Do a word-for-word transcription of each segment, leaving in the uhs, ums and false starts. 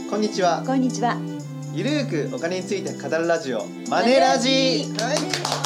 こんにちは。 こんにちは。 ゆるーくお金について語るラジオマネラジー、はい、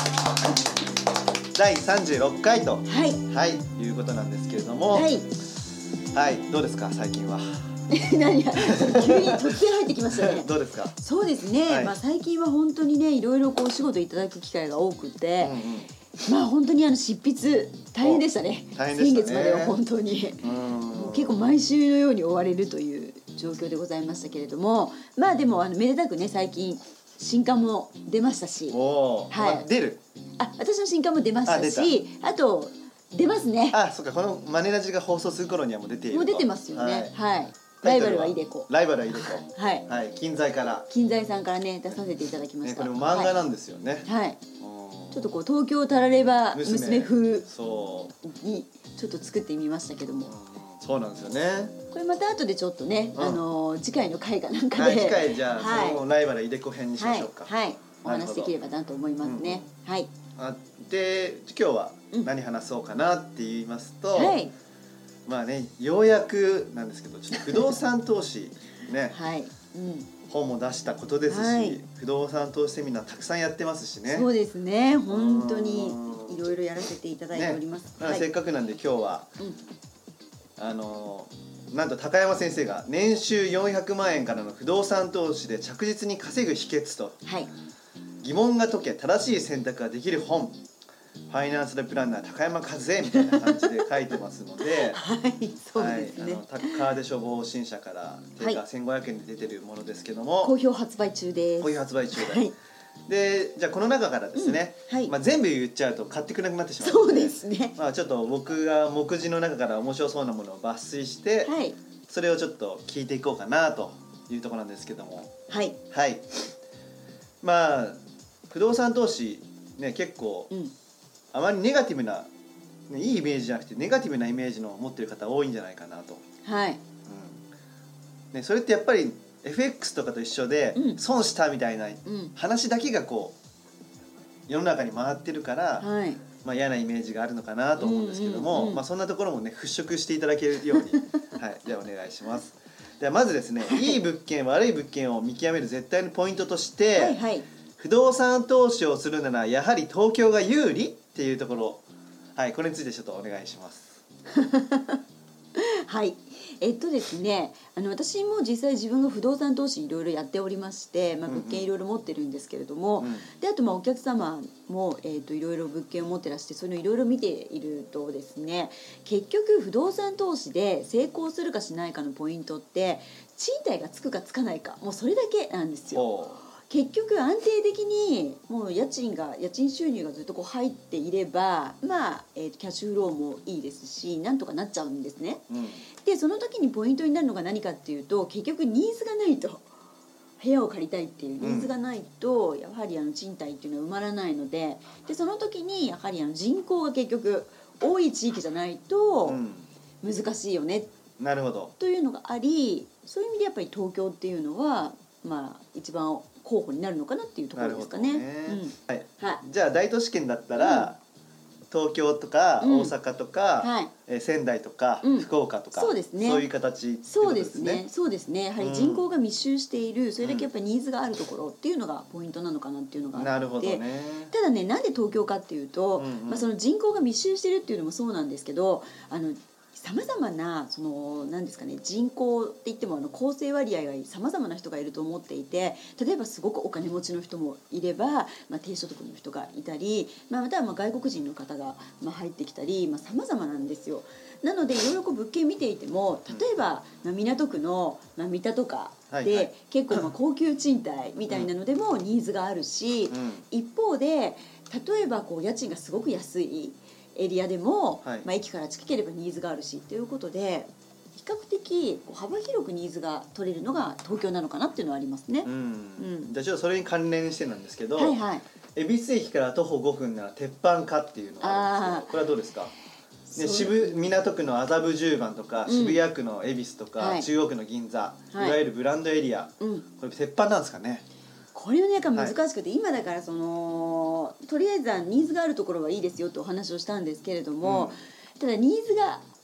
だいさんじゅうろっかいとはいはい、いうことなんですけれども、 はいはい、どうですか最近は。 何や急に突然入ってきましたね。 どうですか。 そうですね、 はい、 まあ、最近は本当にねいろいろこうお仕事いただく機会が多くて、 うんうん、 まあ本当にあの執筆大変でしたね。 大変でしたね。 先月までは本当にもう結構毎週のように追われるという状況でございましたけれども、まあでもあのめでたくね最近新刊も出ましたし、 お、 はい、 まあ、出るあ私の新刊も出ましたし、 あ, あと出ますね。 あ、そうか、このマネラジが放送する頃にはもう出ていると。 もう出てますよね。はい、はい、ライバルはイデコ。 ライバルはイデコ。 はい。 はい。金材から。 金材さんからね出させていただきました。 ね、これも漫画なんですよね。 はい。はい、ちょっとこう東京タラレバ娘風にちょっと作ってみましたけども。 そうなんですよね。 これまた後でちょっとね、うん、あの次回の回がなんかで、 はい、次回じゃあ、 はい、 そのライバルイデコ編にしましょうか。 はい。はい、お話できればなと思いますね。うん、はい。 あで今日は何話そうかなって言いますと、 うん、はい。 まあね、ようやくなんですけどちょっと不動産投資ね、 はい、うん、 本も出したことですし、はい、不動産投資セミナーたくさんやってますしね。 そうですね、本当にいろいろやらせていただいております、 ね、はい、せっかくなんで今日は、うん、あのなんと高山先生が年収よんひゃくまんえんからの不動産投資で着実に稼ぐ秘訣と、はい、疑問が解け正しい選択ができる本、ファイナンシャルプランナー高山和恵みたいな感じで書いてますのではい、そうですね、 はい、あのタッカーで処方新社から定価せんごひゃくえんで出てるものですけども、 好評発売中です。 好評発売中で、 はい、 でじゃあこの中からですね、うん、はい、まあ、全部言っちゃうと買ってくれなくなってしまうので、 そうですね、 まあ、ちょっと僕が目次の中から面白そうなものを抜粋して、はい、それをちょっと聞いていこうかなというところなんですけども、はい、はい、まあ不動産投資ね結構、うん、あまりネガティブな、ね、いいイメージじゃなくてネガティブなイメージの持ってる方多いんじゃないかなと、はい、うん、ね、それってやっぱり エフエックス とかと一緒で、うん、損したみたいな話だけがこう世の中に回ってるから、はい、まあ、嫌なイメージがあるのかなと思うんですけども、うんうんうん、まあ、そんなところもね払拭していただけるようにはい、ではお願いします。ではまずですね、いい物件悪い物件を見極める絶対のポイントとして、はい、はい、不動産投資をするならやはり東京が有利っていうところ、はい、これについてちょっとお願いします。 はい、えっとですね、あの私も実際自分が不動産投資いろいろやっておりまして、まあ、物件いろいろ持ってるんですけれども、うんうん、であとまあお客様も、えー、といろいろ物件を持ってらしてそれをいろいろ見ているとですね、結局不動産投資で成功するかしないかのポイントって賃貸がつくかつかないか、もうそれだけなんですよ。結局安定的にもう家賃が家賃収入がずっとこう入っていれば、まあえー、とキャッシュフローもいいですしなんとかなっちゃうんですね、うん、でその時にポイントになるのが何かっていうと、結局ニーズがないと、部屋を借りたいっていうニーズがないと、うん、やはりあの賃貸っていうのは埋まらないので、でその時にやはりあの人口が結局多い地域じゃないと難しいよね、 うん、なるほどというのがあり、そういう意味でやっぱり東京っていうのはまあ一番候補になるのかなっていうところですかね。 じゃあ大都市圏だったら、うん、東京とか大阪とか、うん、はい、えー、仙台とか、うん、福岡とか、そうですね、そういう形ってことですね。そうですね、 そうですね、やはり人口が密集している、それだけやっぱりニーズがあるところっていうのがポイントなのかなっていうのがあって、なるほどね。ただね、なんで東京かっていうと、うんうん、まあ、その人口が密集してるっていうのもそうなんですけど、あのさまざまなその何ですかね、人口って言ってもあの構成割合がさまざまな人がいると思っていて、例えばすごくお金持ちの人もいれば、まあ、低所得の人がいたり、まあ、またはまあ外国人の方がまあ入ってきたり、さまざ、まなんですよ。なのでいろいろこう物件見ていても、例えば、まあ、港区の、まあ、三田とかで、はいはい、結構まあ高級賃貸みたいなのでもニーズがあるし、うん、一方で例えばこう家賃がすごく安いエリアでも、はい、まあ、駅から近ければニーズがあるしということで、比較的こう幅広くニーズが取れるのが東京なのかなっていうのはありますね。うんうん、じゃあちょっとそれに関連してなんですけど、はいはい、恵比寿駅から徒歩ごふんなら鉄板かっていうのがあるんですけど、これはどうですか。で渋港区の麻布十番とか、うん、渋谷区の恵比寿とか、はい、中央区の銀座、はい、いわゆるブランドエリア、うん、これ鉄板なんですかね。 これはね難しくて、はい、今だからそのとりあえずはニーズがあるところはいいですよとお話をしたんですけれども、うん、ただニーズが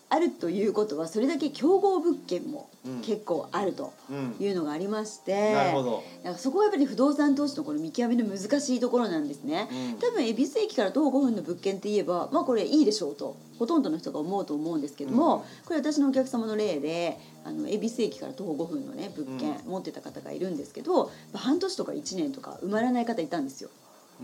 あるということはそれだけ競合物件も結構あるというのがありまして、うんうん、なるほど。だからそこはやっぱり不動産投資のこの見極めの難しいところなんですね、うん、多分恵比寿駅から徒歩ごふんの物件って言えばまあこれいいでしょうとほとんどの人が思うと思うんですけども、うん、これ私のお客様の例であの恵比寿駅から徒歩ごふんのね物件持ってた方がいるんですけど、うん、半年とかいちねんとか埋まらない方いたんですよ、うん、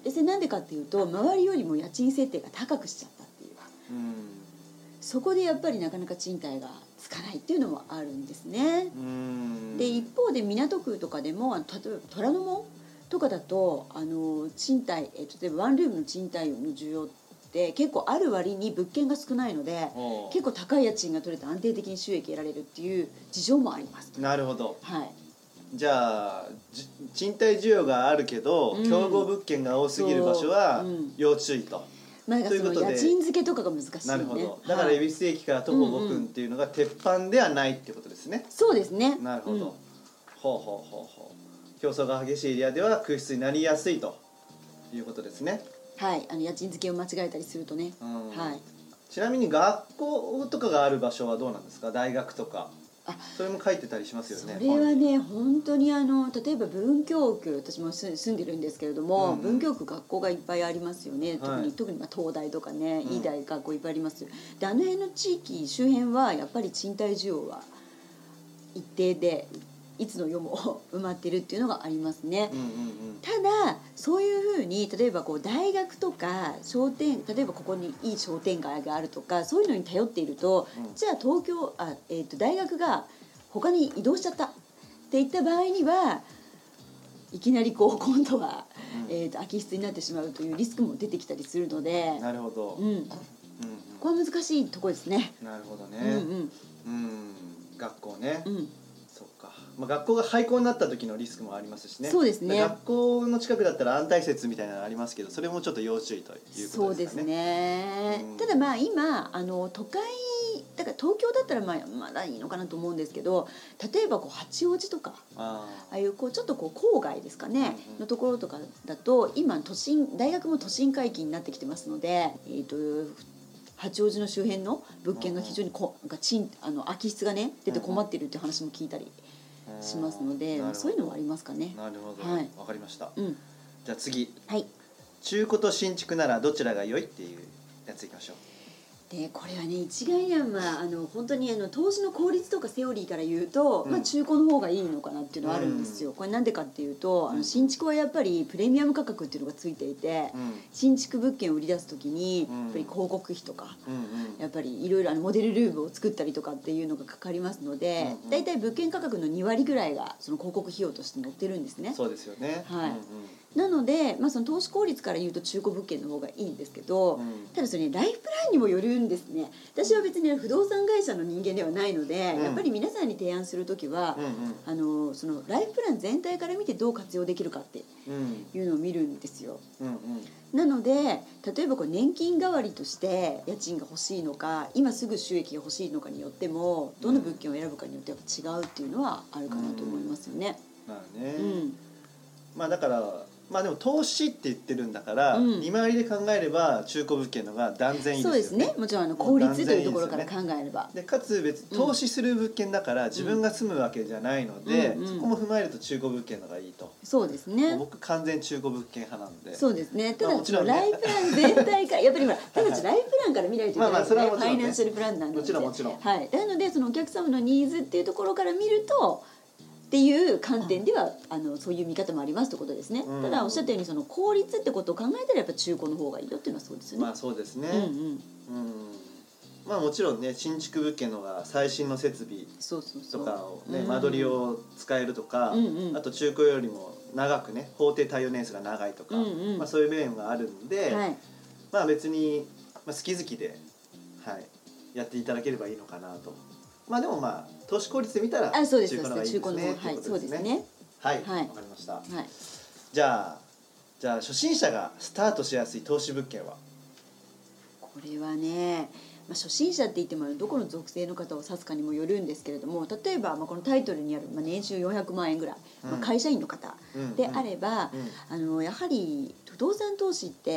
でそれなんでかっていうと周りよりも家賃設定が高くしちゃったっていう、うん、そこでやっぱりなかなか賃貸がつかないっていうのもあるんですね。うんで一方で港区とかでも例えば虎ノ門とかだとあの賃貸、え例えばワンルームの賃貸の需要って結構ある割に物件が少ないので結構高い家賃が取れて安定的に収益得られるっていう事情もあります。 なるほど、はい、じゃあ賃貸需要があるけど、うん、競合物件が多すぎる場所は要注意と。 まあ、その家賃付けとかが難しいね。 なるほど。だから恵比寿駅から徒歩ごふんっていうのが鉄板ではないってことですね。 そうですね。 なるほど。うん、ほうほうほうほう。競争が激しいエリアでは空室になりやすいということですね。 はい。あの家賃付けを間違えたりするとね。うん、はい。 ちなみに学校とかがある場所はどうなんですか？大学とか。あ、それも書いてたりしますよね。 それはね本当にあの例えば文京区私も住んでるんですけれども、うん、文京区学校がいっぱいありますよね、はい、特に特にまあ東大とかね、うん、いい大学校いっぱいあります。であの辺の地域周辺はやっぱり賃貸需要は一定でいつの世も埋まってるっていうのがありますね、うんうんうん、ただそういうふうに例えばこう大学とか商店例えばここにいい商店街があるとかそういうのに頼っていると、うん、じゃあ東京あ、えー、と大学が他に移動しちゃったっていった場合にはいきなりこう今度は、うんえー、と空き室になってしまうというリスクも出てきたりするので。 なるほど、 うんうん、ここは難しいところですね。 なるほどね、うんうんうん、学校ね、うんまあ、学校が廃校になった時のリスクもありますしね。 そうですね。 学校の近くだったら安泰施設みたいなのありますけどそれもちょっと要注意ということですかね。 そうですね、うん、ただまあ今あの都会だから東京だったらまあまだいいのかなと思うんですけど例えばこう八王子とかああいうこうちょっとこう郊外ですかね、うんうん、のところとかだと今都心大学も都心回帰になってきてますので、えーと八王子の周辺の物件が非常にこなんか賃あの空き室がね出て困っているっていう話も聞いたりしますので、そういうのもありますかね。 なるほど、はい、わかりました、うん、じゃあ次、 はい、 中古と新築ならどちらが良いっていうやついきましょう。 でこれはね一概には、まあ、あの本当にあの投資の効率とかセオリーから言うと、うんまあ、中古の方がいいのかなっていうのはあるんですよ、うん、これなんでかっていうと、うん、あの新築はやっぱりプレミアム価格っていうのがついていて、うん、新築物件を売り出す時に、うん、やっぱり広告費とか、うんうん、やっぱりいろいろモデルルームを作ったりとかっていうのがかかりますので、うんうん、だいたい物件価格のにわりぐらいがその広告費用として載ってるんですね。 そうですよね、 はい、うんうんなので、まあ、その投資効率から言うと中古物件の方がいいんですけど、うん、ただそれ、ね、ライフプランにもよるんですね。私は別に不動産会社の人間ではないので、うん、やっぱり皆さんに提案するときは、うんうん、あのそのライフプラン全体から見てどう活用できるかっていうのを見るんですよ、うんうん、なので例えばこう年金代わりとして家賃が欲しいのか今すぐ収益が欲しいのかによってもどの物件を選ぶかによってやっぱ違うっていうのはあるかなと思いますよね、 うん、まあね、うん、まあだからまあでも投資って言ってるんだから、うん、利回りで考えれば中古物件のが断然いいですよね。 そうですね。もちろんあの効率というところから考えれば。 でかつ別に投資する物件だから自分が住むわけじゃないので、うん、そこも踏まえると中古物件のがいいと。 そうですね。 僕完全中古物件派なんで。 そうですね。ただ、まあ、もちろんね、ライフプラン全体からやっぱりほらただちライフプランから見ないといけないですね。まあまあそれはもちろんね、ファイナンシャルプランなんで。 もちろんもちろん。 はい。なのでそのお客様のニーズっていうところから見ると。っていう観点ではあのそういう見方もありますということですね、うん、ただおっしゃったようにその効率ってことを考えたらやっぱ中古の方がいいよっていうのはそうですよね。 まあそうですね、うんうんうん、まあもちろんね新築物件の方が最新の設備とかをね間取りを使えるとか、うんうん、あと中古よりも長くね法定耐用年数が長いとか、うんうんまあ、そういう面があるんで、はい、まあ別に、まあ、好き好きで、はい、やっていただければいいのかなと。まあでもまあ投資効率で見たら中古の方がいいですね。 はい、そうですね。 はい、わ、はい、かりました。はい、じゃあじゃあ初心者がスタートしやすい投資物件は。 これはね、まあ、初心者って言ってもどこの属性の方を指すかにもよるんですけれども、例えばまあこのタイトルにあるまあ年収よんひゃくまんえんぐらい、うんまあ、会社員の方であれば、うんうんうん、あのやはり不動産投資って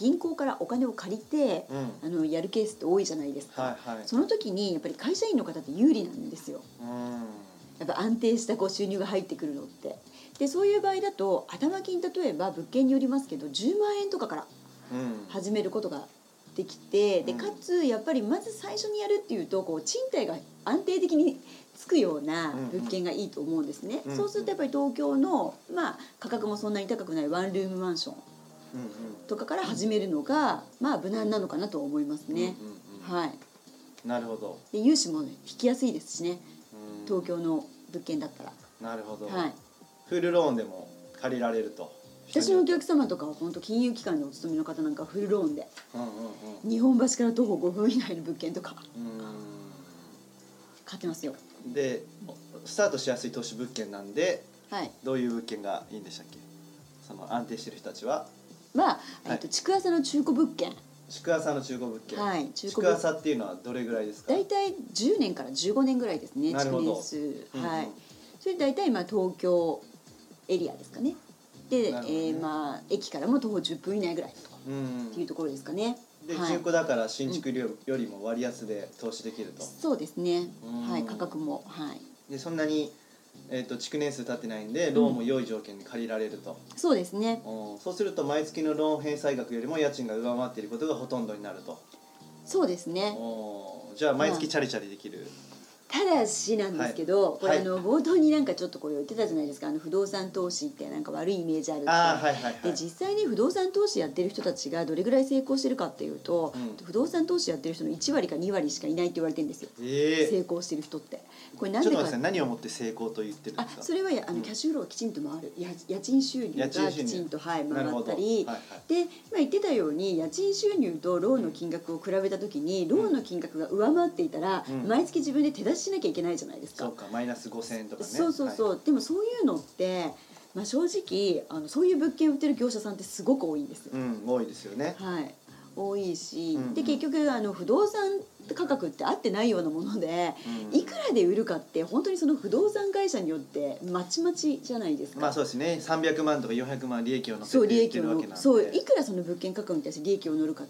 銀行からお金を借りて、うん、あのやるケースって多いじゃないですか、はいはい、その時にやっぱり会社員の方って有利なんですよ、うん、やっぱ安定したこう収入が入ってくるのって。でそういう場合だと頭金、例えば物件によりますけどじゅうまんえんとかから始めることができて、うん、でかつやっぱりまず最初にやるっていうとこう賃貸が安定的につくような物件がいいと思うんですね、うんうん、そうするとやっぱり東京の、まあ、価格もそんなに高くないワンルームマンションとかから始めるのが、まあ、無難なのかなと思いますね、うんうんうん、はい、 なるほど。 で融資も、ね、引きやすいですしね、うん、東京の物件だったら。 なるほど、はい、フルローンでも借りられると。 私のお客様とかは本当金融機関にお勤めの方なんかフルローンで、うんうんうん、日本橋から徒歩ごふん以内の物件とか買ってますよ。 でスタートしやすい投資物件なんで、はい、どういう物件がいいんでしたっけ？その安定してる人たちはは、はい、えっと、築浅の中古物件。 築浅の中古物件、 はい、 中古築浅っていうのはどれぐらいですか？ 大体じゅうねんからじゅうごねんぐらいですね。 なるほど。 築年数、うんうん、はい。それ大体今東京エリアですかね。で、ね、えー、まあ駅からも徒歩じゅっぷん以内ぐらいとかっていうところですかね。 で、はい、中古だから新築よりも割安で投資できると、うん、 そうですね、はい、価格も、はい、 でそんなに、えー、と築年数経ってないんでローンも良い条件に借りられると、 うん、そうですね。 そうすると毎月のローン返済額よりも家賃が上回っていることがほとんどになると。 そうですね。 じゃあ毎月チャリチャリできる、 ただしなんですけど、はい、これあの冒頭になんかちょっとこれ言ってたじゃないですか、あの不動産投資ってなんか悪いイメージあるって。あ、はいはいはい、で実際に不動産投資やってる人たちがどれぐらい成功してるかっていうと、うん、不動産投資やってる人のいちわりかにわりしかいないって言われてるんですよ、えー、成功してる人って。 これなんでか、ちょっと待って、何をもって成功と言ってるんですか？ あ、それはあのキャッシュフローがきちんと回る、や家賃収入がきちんと、はい、回ったり、はいはい、で今言ってたように家賃収入とローンの金額を比べた時にローンの金額が上回っていたら、うん、毎月自分で手出ししなきゃいけないじゃないですか。 そうか、マイナスごせんえんとかね。 そうそうそう、はい、でもそういうのって、まあ、正直あのそういう物件を売ってる業者さんってすごく多いんですよ、 うん、多いですよね。 はい、多いし、うんうん、で結局あの不動産価格って合ってないようなもので、うん、いくらで売るかって本当にその不動産会社によってまちまちじゃないですか。 まあそうですね、さんびゃくまんとかよんひゃくまん利益を乗せて売ってるわけなんで、 そう、いくらその物件価格に対して利益を乗るかって、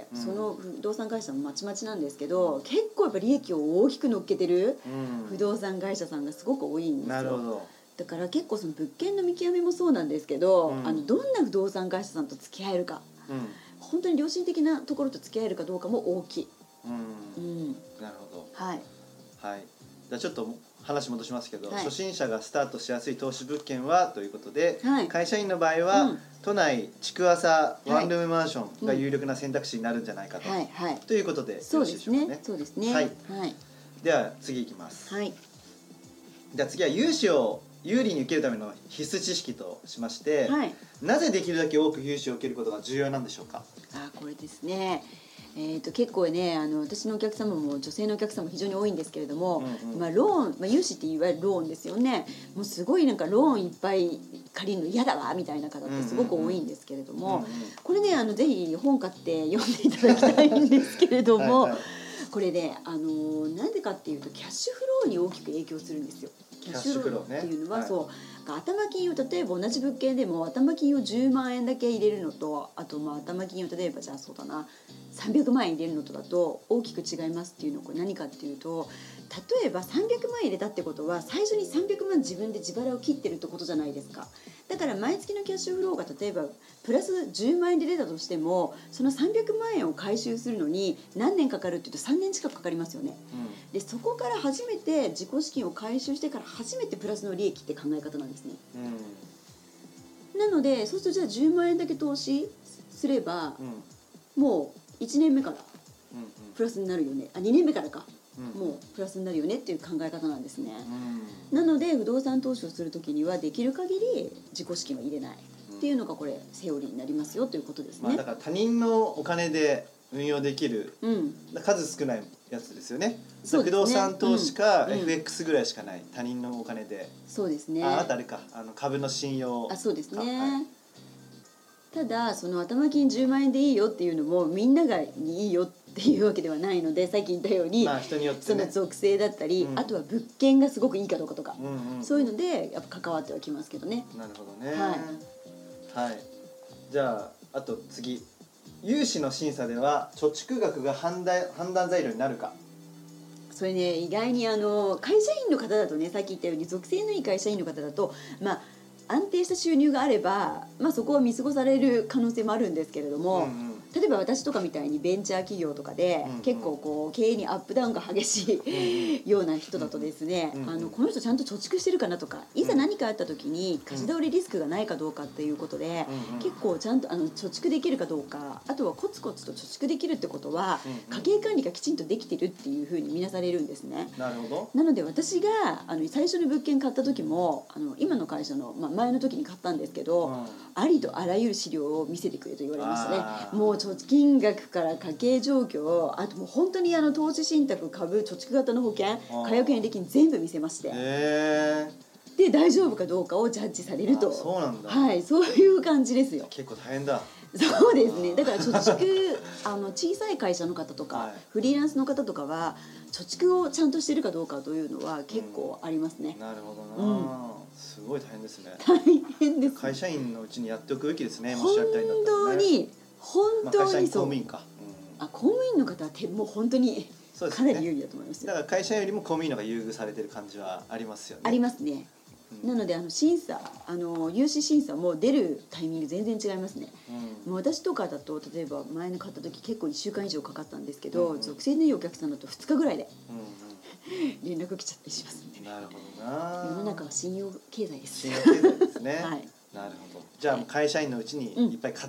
うん、その不動産会社もまちまちなんですけど、結構やっぱ利益を大きく乗っけてる不動産会社さんがすごく多いんですよ。なるほど。だから結構その物件の見極めもそうなんですけど、うん、あのどんな不動産会社さんと付き合えるか、うん、本当に良心的なところと付き合えるかどうかも大きい。 うん、うん、なるほど。 はい、 はい、じゃあちょっと話戻しますけど、はい、初心者がスタートしやすい投資物件はということで、はい、会社員の場合は、うん、都内築浅ワンルームマンションが有力な選択肢になるんじゃないかと、はいはい、ということでよろしいでしょうかね。 そうですね。 はい、はい、では次いきます。はい、じゃあ次は融資を有利に受けるための必須知識としまして、はい、なぜできるだけ多く融資を受けることが重要なんでしょうか？ あ、これですね。えー、と結構ね、あの私のお客様も女性のお客様も非常に多いんですけれども、うんうん、まあ、ローン、まあ、融資っていわゆるローンですよね。もうすごいなんかローンいっぱい借りるの嫌だわみたいな方ってすごく多いんですけれども、うんうんうん、これね、あのぜひ本買って読んでいただきたいんですけれどもはい、はい、これね、あのなんでかっていうとキャッシュフローに大きく影響するんですよ。キャッシュフローっていうのは、ね、そう、頭金を例えば同じ物件でも頭金をじゅうまんえんだけ入れるのと、あとまあ頭金を例えばじゃあそうだなさんびゃくまんえん入れるのとだと大きく違いますっていうのはこれ何かっていうと、例えばさんびゃくまんえん入れたってことは最初にさんびゃくまん自分で自腹を切ってるってことじゃないですか。だから毎月のキャッシュフローが例えばプラスじゅうまんえんで出たとしても、そのさんびゃくまんえんを回収するのに何年かかるっていうとさんねん近くかかりますよね、うん、でそこから初めて自己資金を回収してから初めてプラスの利益って考え方なんですね、うん、なのでそうするとじゃあじゅうまんえんだけ投資すれば、うん、もういちねんめからプラスになるよね、あにねんめからか、うん、もうプラスになるよねっていう考え方なんですね、うん、なので不動産投資をするときにはできる限り自己資金は入れないっていうのがこれセオリーになりますよということですね、 まあ、だから他人のお金で運用できる、うん、数少ないやつですよね。そうですね、不動産投資か エフエックス ぐらいしかない、うん、他人のお金で。 そうですね。 あ、あとあれか、あの株の信用。 あ、そうですね、はい、ただその頭金じゅうまんえんでいいよっていうのもみんながいいよっていうわけではないので、さっき言ったように、 まあ人によってね、 その属性だったり、うん、あとは物件がすごくいいかどうかとか、うんうん、そういうのでやっぱ関わってはきますけどね。 なるほどね。はい、はい、じゃああと次融資の審査では貯蓄額が判断判断材料になるか。 それね、意外にあの会社員の方だとね、さっき言ったように属性のいい会社員の方だと、まあ安定した収入があれば、まあ、そこは見過ごされる可能性もあるんですけれども、うんうん、例えば私とかみたいにベンチャー企業とかで、うんうん、結構こう経営にアップダウンが激しい、うん、ような人だとですね、うんうん、あのこの人ちゃんと貯蓄してるかなとか、いざ何かあった時に貸し倒れリスクがないかどうかっていうことで、うんうん、結構ちゃんとあの貯蓄できるかどうか、あとはコツコツと貯蓄できるってことは、うんうん、家計管理がきちんとできてるっていうふうに見なされるんですね。 なるほど。 なので私があの最初に物件買った時も、あの今の会社の、まあ、前の時に買ったんですけど、うん、ありとあらゆる資料を見せてくれと言われましたね。もう貯金額から家計状況、あともう本当にあの投資信託、株、貯蓄型の保険、解約返礼金全部見せまして、 へー、 で大丈夫かどうかをジャッジされると。 そうなんだ。 はい、そういう感じですよ。 結構大変だ。 そうですね。だから貯蓄あの小さい会社の方とか、はい、フリーランスの方とかは貯蓄をちゃんとしてるかどうかというのは結構ありますね。 うん、なるほどな、うん、すごい大変ですね。 大変です。 会社員のうちにやっておくべきですね。もしやりたいんだったらね。 本当に本当にそう。まあ、会社員公務員か。 うん、あ、公務員の方はてもう本当にかなり有利だと思いますよ。 だから会社よりも公務員の方が優遇されてる感じはありますよね。 ありますね。なのであの審査、あの融資審査も出るタイミング全然違いますね、うん、もう私とかだと例えば前の買った時結構いっしゅうかん以上かかったんですけど、うんうん、属性のいいお客さんだとふつかぐらいで、うんうん、連絡来ちゃったりしますね。 なるほどな。 世の中は信用経済です。 信用経済ですね、はい、なるほど。じゃあ会社員のうちにいっぱい買って、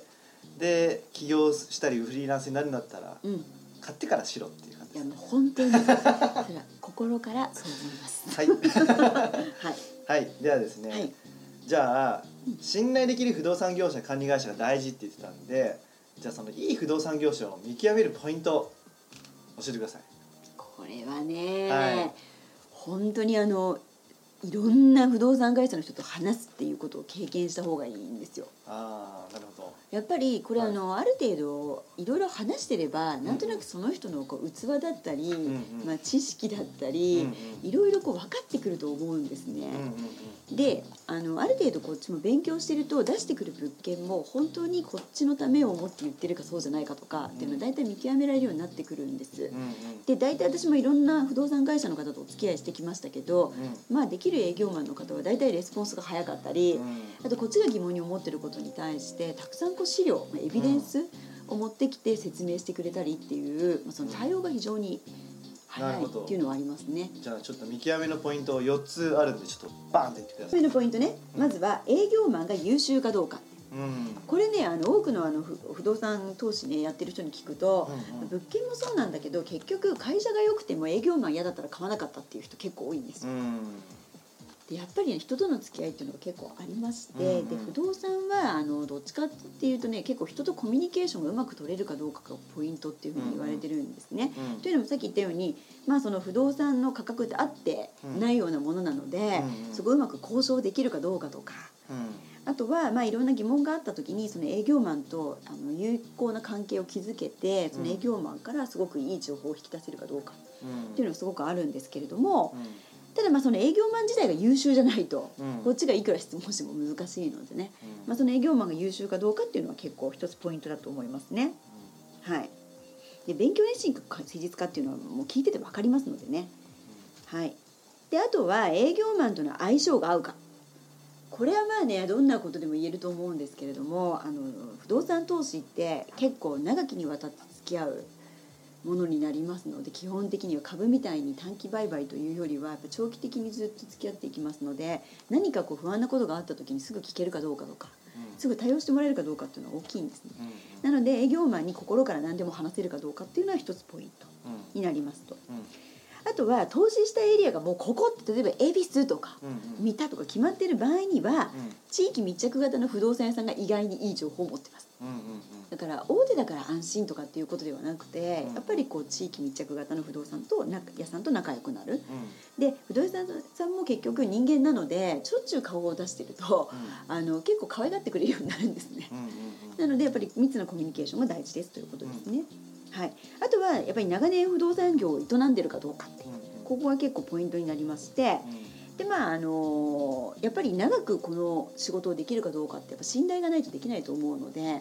うん、で起業したりフリーランスになるんだったら、うん、買ってからしろっていう感じですね。いやもう本当にそれは心からそう思いますはいはいはい、ではですね、はい、じゃあ信頼できる不動産業者管理会社が大事って言ってたんで、じゃあそのいい不動産業者を見極めるポイント教えてください。これはね、はい、本当にあのいろんな不動産会社の人と話すっていうことを経験した方がいいんですよ。ああ、なるほど。やっぱりこれ、はい、あのある程度いろいろ話してれば、なんとなくその人のこう器だったり、うんうん、まあ、知識だったり、いろいろこう分かってくると思うんですね。うんうんうん、で あのある程度こっちも勉強してると出してくる物件も本当にこっちのためを思って言ってるかそうじゃないかとかっていうのは大体見極められるようになってくるんです。うんうん、で大体私もいろんな不動産会社の方とお付き合いしてきましたけど、うん、まあできる営業マンの方は大体レスポンスが早かったり、うん、あとこっちが疑問に思ってることに対してたくさんこう資料、エビデンスを持ってきて説明してくれたりっていう、まあ、その対応が非常に早いっていうのはありますね。 じゃあちょっと見極めのポイントよっつあるんでちょっとバーンと言ってください。 見極めのポイントね、まずは営業マンが優秀かどうか。うん、これね、あの多くのあの不動産投資ねやってる人に聞くと、うんうん、物件もそうなんだけど結局会社が良くても営業マン嫌だったら買わなかったっていう人結構多いんですよ。うん、でやっぱり、ね、人との付き合いっていうのが結構ありまして、うんうん、で不動産はあのどっちかっていうとね結構人とコミュニケーションがうまく取れるかどうかがポイントっていうふうに言われてるんですね。うんうん、というのもさっき言ったように、まあ、その不動産の価格ってあってないようなものなので、うんうん、そこをうまく交渉できるかどうかとか、うん、あとはまあいろんな疑問があった時にその営業マンとあの有効な関係を築けてその営業マンからすごくいい情報を引き出せるかどうかっていうのがすごくあるんですけれども、うん、ただまあその営業マン自体が優秀じゃないと、うん、こっちがいくら質問しても難しいのでね、うん、まあ、その営業マンが優秀かどうかっていうのは結構一つポイントだと思いますね。うん、はい。で勉強熱心か誠実かっていうのはもう聞いてて分かりますのでね。うん、はい。であとは営業マンとの相性が合うか。これはまあねどんなことでも言えると思うんですけれども、あの不動産投資って結構長きにわたって付き合うものになりますので、基本的には株みたいに短期売買というよりはやっぱ長期的にずっと付き合っていきますので、何かこう不安なことがあった時にすぐ聞けるかどうかとか、うん、すぐ対応してもらえるかどうかっていうのは大きいんですね。うん、なので営業マンに心から何でも話せるかどうかっていうのは一つポイントになりますと。うんうん、あとは投資したエリアがもうここって例えば恵比寿とか三田とか決まってる場合には、地域密着型の不動産屋さんが意外にいい情報を持ってます。だから大手だから安心とかっていうことではなくて、やっぱりこう地域密着型の不動産と屋さんと仲良くなる。で不動産さんも結局人間なのでしょっちゅう顔を出してると、あの結構可愛がってくれるようになるんですね。なのでやっぱり密なコミュニケーションが大事ですということですね。はい、あとはやっぱり長年不動産業を営んでるかどうかって、ここが結構ポイントになりまして、でまああのやっぱり長くこの仕事をできるかどうかってやっぱ信頼がないとできないと思うので、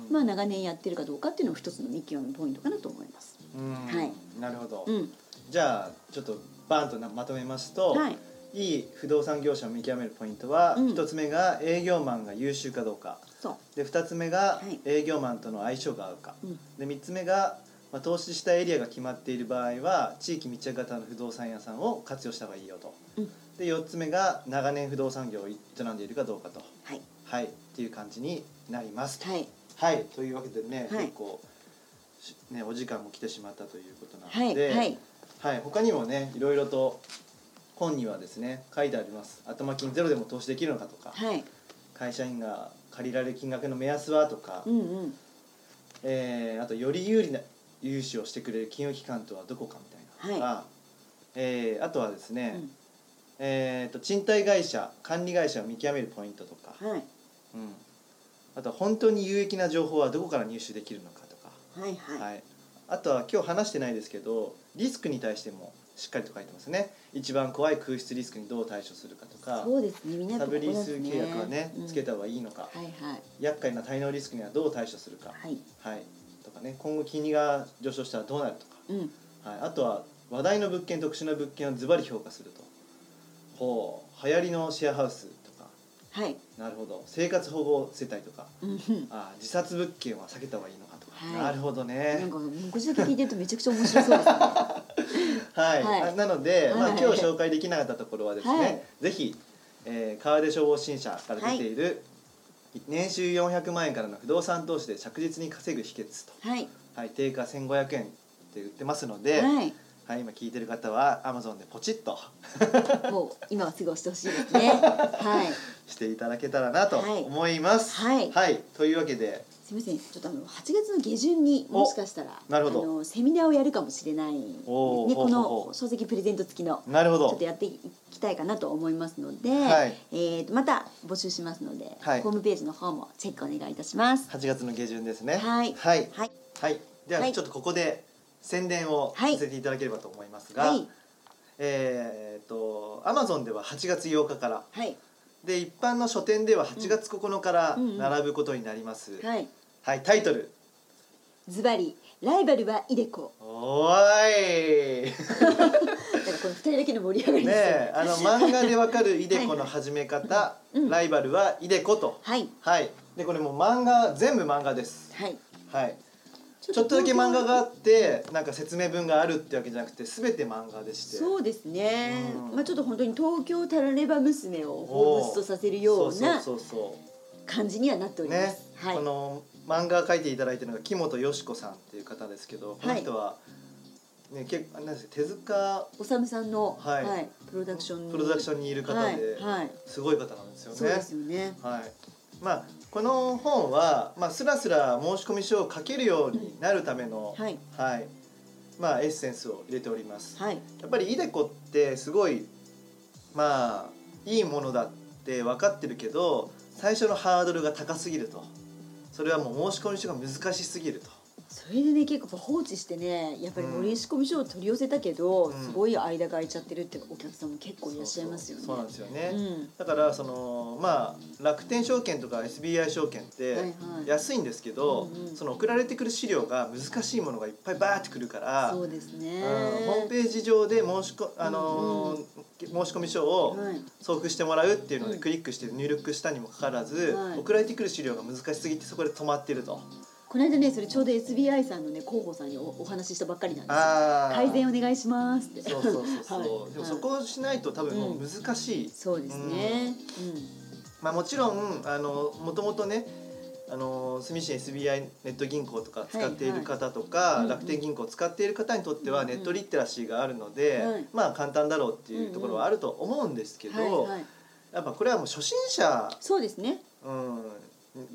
うん、まあ長年やってるかどうかっていうのも一つの見極めポイントかなと思います。 うん、 はい、 なるほど、 うん、 じゃあちょっとバーンとまとめますと、はい、いい不動産業者を見極めるポイントは、うん、ひとつめが営業マンが優秀かどうか、そうでふたつめが営業マンとの相性が合うか、うん、でみっつめが、まあ、投資したエリアが決まっている場合は地域密着型の不動産屋さんを活用した方がいいよと、うん、でよっつめが長年不動産業を営んでいるかどうかと、はい、はい、っていう感じになります。はい、はい、というわけでね、はい、結構ね、お時間も来てしまったということなので、はいはいはい、他にもねいろいろと本にはですね書いてあります。頭金ゼロでも投資できるのかとか、はい、会社員が借りられる金額の目安はとか、うんうん、えー、あとより有利な融資をしてくれる金融機関とはどこかみたいなとか、はい、えー、あとはですね、うん、えー、と賃貸会社管理会社を見極めるポイントとか、はい、うん、あとは本当に有益な情報はどこから入手できるのかとか、はいはいはい、あとは今日話してないですけどリスクに対してもしっかりと書いてますね。一番怖い空室リスクにどう対処するかとか、 そうですね、みんなサブリース契約はね、うん、つけた方がいいのか、はいはい、厄介な滞納リスクにはどう対処するか、はいはい、とかね、今後金利が上昇したらどうなるとか、うんはい、あとは話題の物件特殊な物件をズバリ評価すると、ほう流行りのシェアハウスとか、はい、なるほど生活保護世帯とか、うん、あ自殺物件は避けた方がいいのかとか、はい、なるほどね。 なんかご自宅聞いてるとめちゃくちゃ面白そうですねはい、はい、なので、はい、まあ、今日紹介できなかったところはですね、はい、ぜひ、えー、川出消防新社から出ている、はい、年収よんひゃくまん円からの不動産投資で着実に稼ぐ秘訣と、はいはい、定価せんごひゃくえんって売ってますので、はいはい、今聞いてる方は Amazon でポチッともう今はすぐ押してほしいですね、はい、 していただけたらなと思います。はい、はい、というわけですみません、ちょっとあのはちがつの下旬にもしかしたらなるほどあのセミナーをやるかもしれないですね。この書籍プレゼント付きのなるほどちょっとやっていきたいかなと思いますので、はい、えー、とまた募集しますので、はい、ホームページの方もチェックお願いいたします。 はちがつの下旬ですね。 はいはいはい、はい、ではちょっとここで宣伝をさせていただければと思いますが、はい、えー、と Amazon でははちがつようかから、はい、で一般の書店でははちがつここのかから並ぶことになります、うんうんうん、はい、はい、タイトルズバリライバルはイデコ。 おーいなんかこのふたりだけの盛り上がりですね。あの漫画でわかるイデコの始め方はい、うん、ライバルはイデコと、はい、はい、でこれもう漫画全部漫画です。はい、はい、ちょっとだけ漫画があってなんか説明文があるってわけじゃなくて全て漫画でして、 そうですね、うん、まあちょっと本当に東京タラレバ娘を彷彿とさせるような感じにはなっております、ね、はい、 この漫画を描いていただいているのが木本よし子さんっていう方ですけど、この人は、ね、結構なんですか手塚治虫さんの、はいはい、プロダクションにプロダクションにいる方で、はいはい、すごい方なんですよね。 そうですよね、 はい、まあ、この本は、まあ、スラスラ申し込み書を書けるようになるための、うん、はいはい、まあ、エッセンスを入れております、はい、やっぱりイデコってすごいまあいいものだって分かってるけど最初のハードルが高すぎると、それはもう申し込み書が難しすぎると、 それでね結構放置してねやっぱり申込書を取り寄せたけど、うん、すごい間が空いちゃってるってお客さんも結構いらっしゃいますよね。 そうそうそうなんですよね、うん、だからそのまあ楽天証券とか エスビーアイ 証券って安いんですけど、はいはい、その送られてくる資料が難しいものがいっぱいバーってくるから、 そうですね、 うん、ホームページ上で申しこ、あのーうんうん、申し込み書を送付してもらうっていうのでクリックして入力したにもかかわらず、はい、送られてくる資料が難しすぎてそこで止まってると。 この間ねそれちょうど エスビーアイ さんのね広報さんに お, お話ししたばっかりなんですよ。改善お願いしますって。 そうそうそうそう、はい、でもそこをしないと多分もう難しい、うん、 そうですね、うんうん、 まあ、もちろんあのもともとねあの住信 エスビーアイ ネット銀行とか使っている方とか、はいはい、楽天銀行を使っている方にとってはネットリテラシーがあるので、うんうん、まあ簡単だろうっていうところはあると思うんですけど、うんうんはいはい、やっぱこれはもう初心者そうですね、 うん、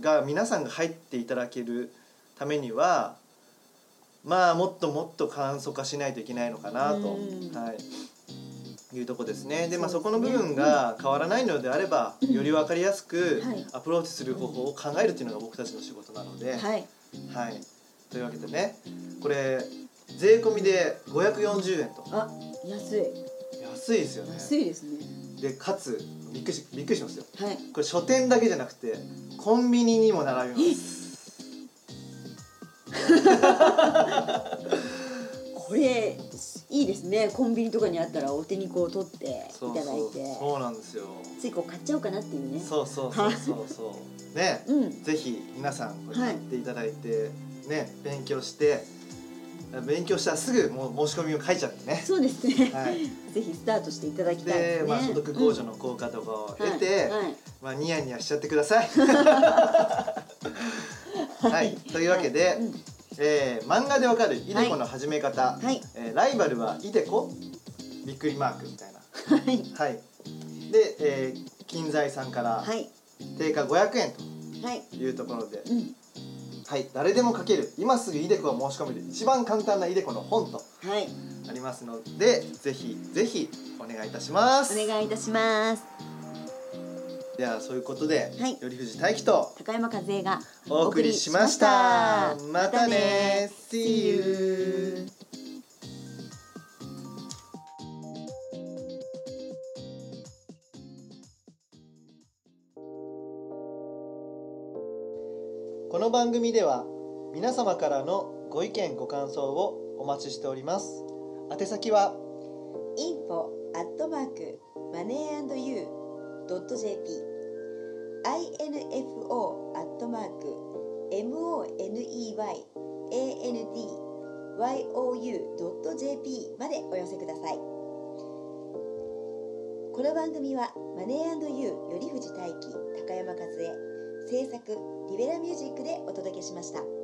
が皆さんが入っていただけるためにはまあもっともっと簡素化しないといけないのかなと、はい、いうとこですね。で、まあ、そこの部分が変わらないのであれば、うん、より分かりやすくアプローチする方法を考えるっていうのが僕たちの仕事なので、はい、はい、というわけでねこれ税込みでごひゃくよんじゅうえんと、 あ、安い安いですよね。 安いですね。 でかつびっくりし、びっくりしますよ、はい、これ書店だけじゃなくてコンビニにも並びますこれいいですね。コンビニとかにあったらお手にこう取っていただいて、 そうなんですよ。 ついこう買っちゃおうかなっていうね。 そうそうそうそうそうね、うん、ぜひ皆さんこれ買っていただいて、はい、ね、勉強して勉強したらすぐもう申し込みを書いちゃってね。 そうですね、はい、ぜひスタートしていただきたいですね。 で、まあ、所得控除の効果とかを得て、うん、はいはい、まあ、ニヤニヤしちゃってください。はい、というわけで、はい、うん、えー、漫画でわかるイデコの始め方、はい、えー、ライバルはイデコびっくりマークみたいな、はい、はい、で、えー、金財さんから、はい、定価ごひゃくえんというところで、はい、うん、はい、誰でも書ける今すぐイデコを申し込める一番簡単なイデコの本とありますので、はい、ぜひぜひお願いいたします。 お願いいたします。 ではそういうことで、はい、頼藤大樹と高山和恵がお送りしました。またね。See you。この番組では皆様からのご意見ご感想をお待ちしております。宛先はインフォ アットマーク マネー アンド ユー ドット ジェーピー インフォ アットマーク モネー アンド ユー ドット ジェーピー までお寄せください。この番組はマネー アンド ユー 頼藤大樹高山和恵制作リベラミュージックでお届けしました。